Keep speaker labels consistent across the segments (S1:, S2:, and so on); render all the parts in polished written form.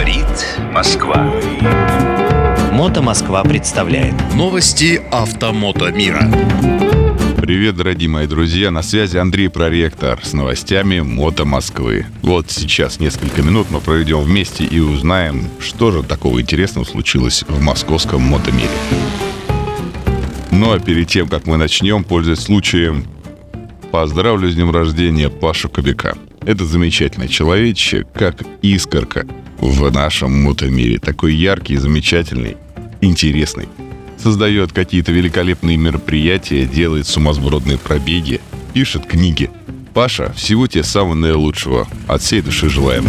S1: Говорит Москва.
S2: Мото Москва представляет
S3: новости автомото мира.
S4: Привет, дорогие мои друзья, на связи Андрей Проректор с новостями Мото Москвы. Вот сейчас несколько минут мы проведем вместе и узнаем, что же такого интересного случилось в московском мотомире. Ну а перед тем, как мы начнем, пользуясь случаем, поздравлю с днем рождения Пашу Кобяка. Это замечательный человечек, как искорка в нашем мотомире. Такой яркий, замечательный, интересный. Создает какие-то великолепные мероприятия, делает сумасбродные пробеги, пишет книги. Паша, всего тебе самого наилучшего. От всей души желаем.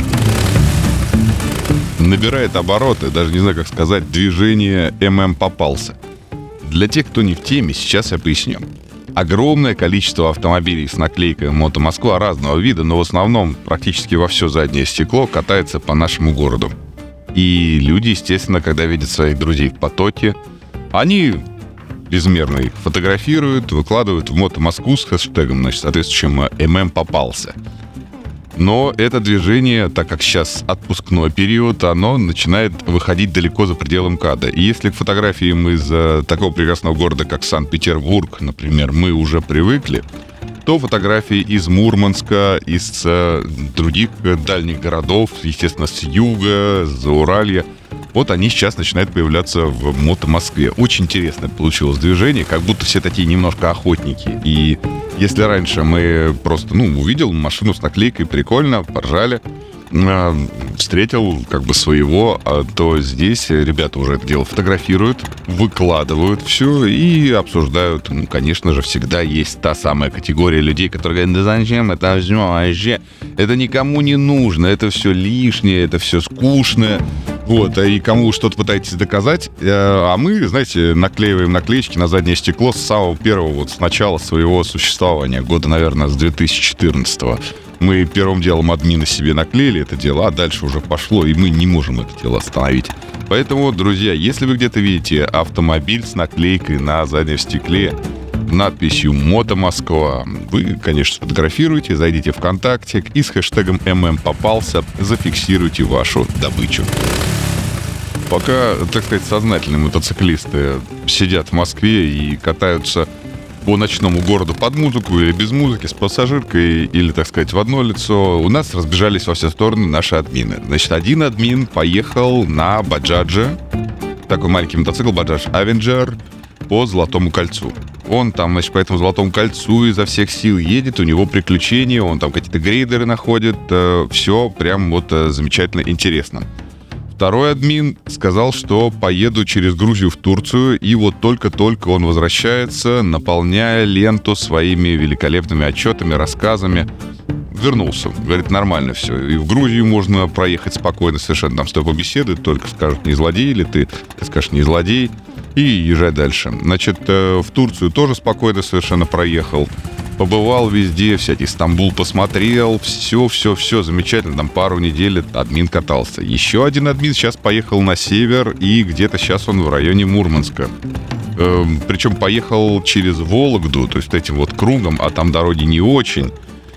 S4: Набирает обороты, даже не знаю, как сказать, движение попался. Для тех, кто не в теме, сейчас я поясню. Огромное количество автомобилей с наклейкой «Мото Москва» разного вида, но в основном практически во все заднее стекло катается по нашему городу. И люди, естественно, когда видят своих друзей в потоке, они безмерно их фотографируют, выкладывают в «Мото Москву» с хэштегом, соответствующим попался. Но это движение, так как сейчас отпускной период, оно начинает выходить далеко за пределы МКАДа. И если к фотографиям из такого прекрасного города, как Санкт-Петербург, например, мы уже привыкли, то фотографии из Мурманска, из других дальних городов, естественно, с юга, с Зауралья, вот они сейчас начинают появляться в Мото Москве. Очень интересное получилось движение, как будто все такие немножко охотники. И если раньше мы просто, увидел машину с наклейкой, прикольно, поржали, встретил своего, то здесь ребята уже это дело фотографируют, выкладывают все и обсуждают. Конечно же, всегда есть та самая категория людей, которые говорят: да зачем это все вообще? Это никому не нужно, это все лишнее, это все скучное. Вот, и кому что-то пытаетесь доказать, а мы, знаете, наклеиваем наклеечки на заднее стекло с самого первого, с начала своего существования, года, наверное, с 2014-го. Мы первым делом админы себе наклеили это дело, а дальше уже пошло, и мы не можем это дело остановить. Поэтому, друзья, если вы где-то видите автомобиль с наклейкой на заднем стекле, надписью «Мото Москва», вы, конечно, сфотографируйте, зайдите в ВКонтакте и с хэштегом попался зафиксируйте вашу добычу. Пока, так сказать, сознательные мотоциклисты сидят в Москве и катаются по ночному городу под музыку или без музыки, с пассажиркой или, так сказать, в одно лицо, у нас разбежались во все стороны наши админы. Значит, один админ поехал на баджадже, такой маленький мотоцикл, баджадж Avenger, по Золотому кольцу. Он там, по этому Золотому кольцу изо всех сил едет, у него приключения, он там какие-то грейдеры находит, все прям замечательно интересно. Второй админ сказал, что поеду через Грузию в Турцию, и вот только-только он возвращается, наполняя ленту своими великолепными отчетами, рассказами. Вернулся. Говорит, нормально все. И в Грузию можно проехать спокойно, совершенно там с тобой побеседуют, только скажут, не злодей или ты скажешь, не злодей, и езжай дальше. Значит, в Турцию тоже спокойно совершенно проехал. Побывал везде, всякий Стамбул посмотрел, все замечательно, там пару недель админ катался. Еще один админ сейчас поехал на север, и где-то сейчас он в районе Мурманска. Причем поехал через Вологду, то есть этим кругом, а там дороги не очень.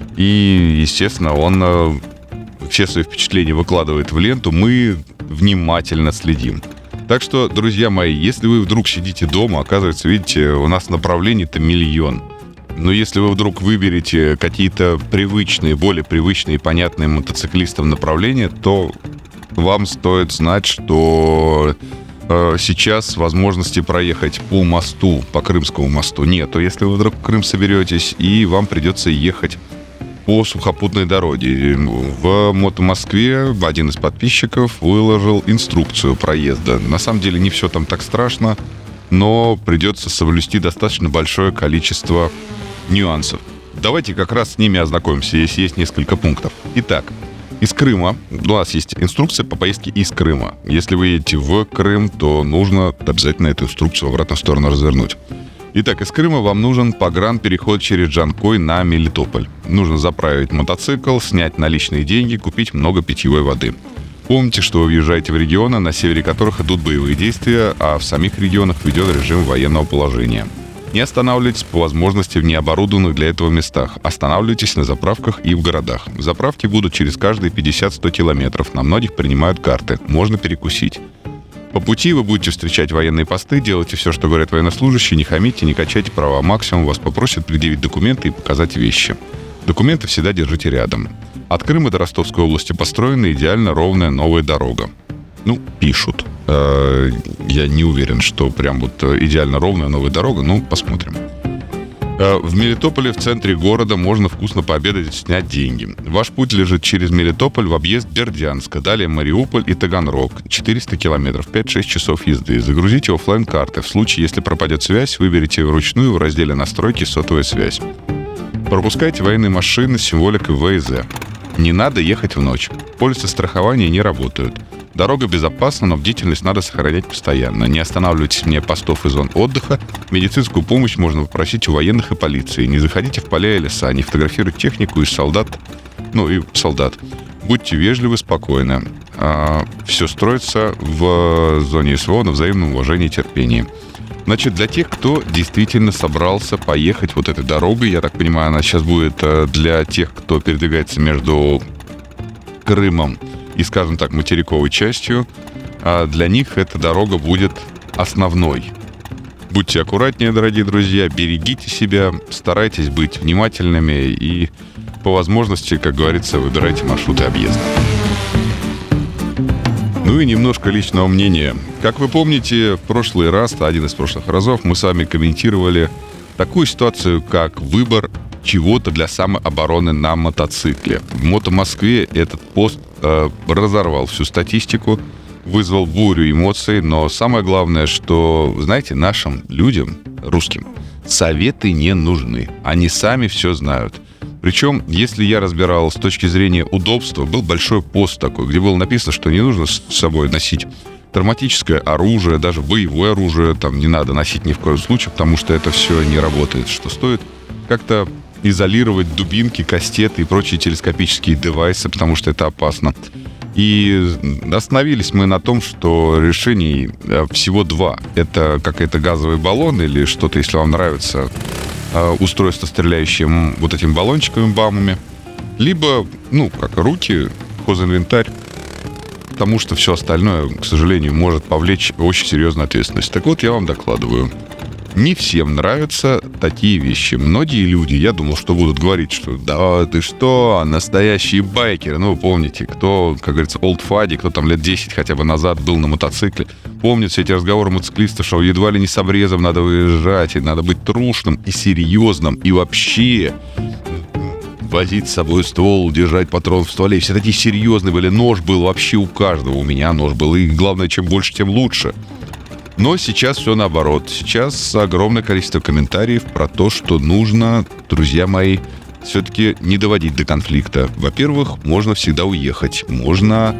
S4: И, естественно, он все свои впечатления выкладывает в ленту, мы внимательно следим. Так что, друзья мои, если вы вдруг сидите дома, оказывается, видите, у нас направлений-то миллион. Но если вы вдруг выберете какие-то привычные, более привычные и понятные мотоциклистам направления, то вам стоит знать, что сейчас возможности проехать по мосту, по Крымскому мосту нет. То если вы вдруг в Крым соберетесь, и вам придется ехать по сухопутной дороге. В Мото Москве один из подписчиков выложил инструкцию проезда. На самом деле не все там так страшно, но придется соблюсти достаточно большое количество нюансов. Давайте как раз с ними ознакомимся, если есть несколько пунктов. Итак, из Крыма, у нас есть инструкция по поездке из Крыма. Если вы едете в Крым, то нужно обязательно эту инструкцию в обратную сторону развернуть. Итак, из Крыма вам нужен погранпереход через Джанкой на Мелитополь. Нужно заправить мотоцикл, снять наличные деньги, купить много питьевой воды. Помните, что вы въезжаете в регионы, на севере которых идут боевые действия, а в самих регионах введен режим военного положения. Не останавливайтесь по возможности в необорудованных для этого местах. Останавливайтесь на заправках и в городах. Заправки будут через каждые 50-100 километров. На многих принимают карты. Можно перекусить. По пути вы будете встречать военные посты, делайте все, что говорят военнослужащие, не хамите, не качайте права. Максимум вас попросят предъявить документы и показать вещи. Документы всегда держите рядом. От Крыма до Ростовской области построена идеально ровная новая дорога. Пишут. Я не уверен, что прям вот идеально ровная новая дорога, посмотрим. В Мелитополе, в центре города, можно вкусно пообедать и снять деньги. Ваш путь лежит через Мелитополь в объезд Бердянска, далее Мариуполь и Таганрог. 400 километров, 5-6 часов езды. Загрузите офлайн-карты. В случае, если пропадет связь, выберите вручную в разделе «Настройки сотовая связь». Пропускайте военные машины с символикой ВЗ. Не надо ехать в ночь. Полисы страхования не работают. Дорога безопасна, но бдительность надо сохранять постоянно. Не останавливайтесь вне постов и зон отдыха. Медицинскую помощь можно попросить у военных и полиции. Не заходите в поля и леса, не фотографируйте технику и солдат. Будьте вежливы, спокойны. Все строится в зоне СВО на взаимном уважении и терпении. Значит, для тех, кто действительно собрался поехать вот этой дорогой, я так понимаю, она сейчас будет для тех, кто передвигается между Крымом и, скажем так, материковой частью, для них эта дорога будет основной. Будьте аккуратнее, дорогие друзья, берегите себя, старайтесь быть внимательными и, по возможности, как говорится, выбирайте маршруты объезда. И немножко личного мнения. Как вы помните, в прошлый раз, один из прошлых разов, мы с вами комментировали такую ситуацию, как выбор чего-то для самообороны на мотоцикле. В Мотомоскве этот пост разорвал всю статистику, вызвал бурю эмоций, но самое главное, что, знаете, нашим людям, русским, советы не нужны. Они сами все знают. Причем, если я разбирал с точки зрения удобства, был большой пост такой, где было написано, что не нужно с собой носить травматическое оружие, даже боевое оружие там не надо носить ни в коем случае, потому что это все не работает. Что стоит как-то изолировать дубинки, кастеты и прочие телескопические девайсы, потому что это опасно. И остановились мы на том, что решений всего два. Это какой-то газовый баллон или что-то, если вам нравится, устройство, стреляющее вот этими баллончиками, бамами. Либо, руки, хозинвентарь. Потому что все остальное, к сожалению, может повлечь очень серьезную ответственность. Так вот, я вам докладываю. Не всем нравятся такие вещи. Многие люди, я думал, что будут говорить, что да, ты что, настоящие байкеры. Вы помните, кто, как говорится, олдфади, кто там лет 10 хотя бы назад был на мотоцикле. Помнят все эти разговоры мотоциклистов, что едва ли не с обрезом надо выезжать, и надо быть трушным и серьезным, и вообще возить с собой ствол, держать патрон в стволе. Все такие серьезные были. Нож был вообще у каждого. У меня нож был. И главное, чем больше, тем лучше. Но сейчас все наоборот. Сейчас огромное количество комментариев про то, что нужно, друзья мои, все-таки не доводить до конфликта. Во-первых, можно всегда уехать. Можно,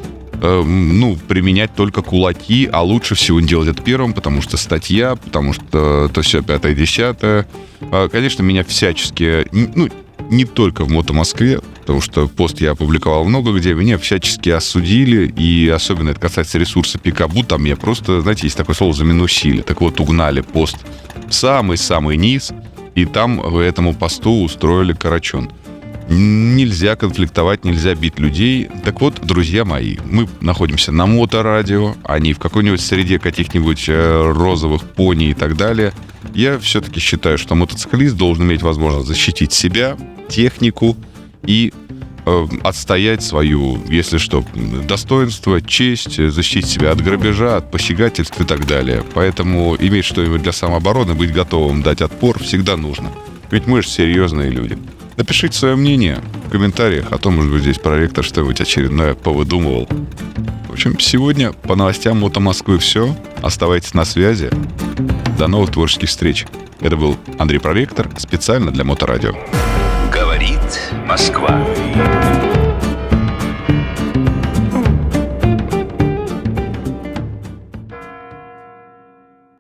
S4: применять только кулаки, а лучше всего не делать это первым, потому что статья, потому что то все 5-10. Конечно, меня всячески... не только в Мотомоскве, потому что пост я опубликовал много где, меня всячески осудили, и особенно это касается ресурса Пикабу, там меня просто, знаете, есть такое слово, заминусили. Так вот, угнали пост в самый-самый низ, и там этому посту устроили карачун. Нельзя конфликтовать, нельзя бить людей. Так вот, друзья мои, мы находимся на моторадио, а не в какой-нибудь среде каких-нибудь розовых пони и так далее. Я все-таки считаю, что мотоциклист должен иметь возможность защитить себя, технику и отстоять свою, если что, достоинство, честь, защитить себя от грабежа, от посягательств и так далее. Поэтому иметь что-нибудь для самообороны, быть готовым дать отпор всегда нужно. Ведь мы же серьезные люди. Напишите свое мнение в комментариях, а то, может быть, здесь проректор что-нибудь очередное повыдумывал. В общем, сегодня по новостям Мото Москвы все. Оставайтесь на связи. До новых творческих встреч. Это был Андрей Проректор специально для Моторадио.
S2: Говорит Москва.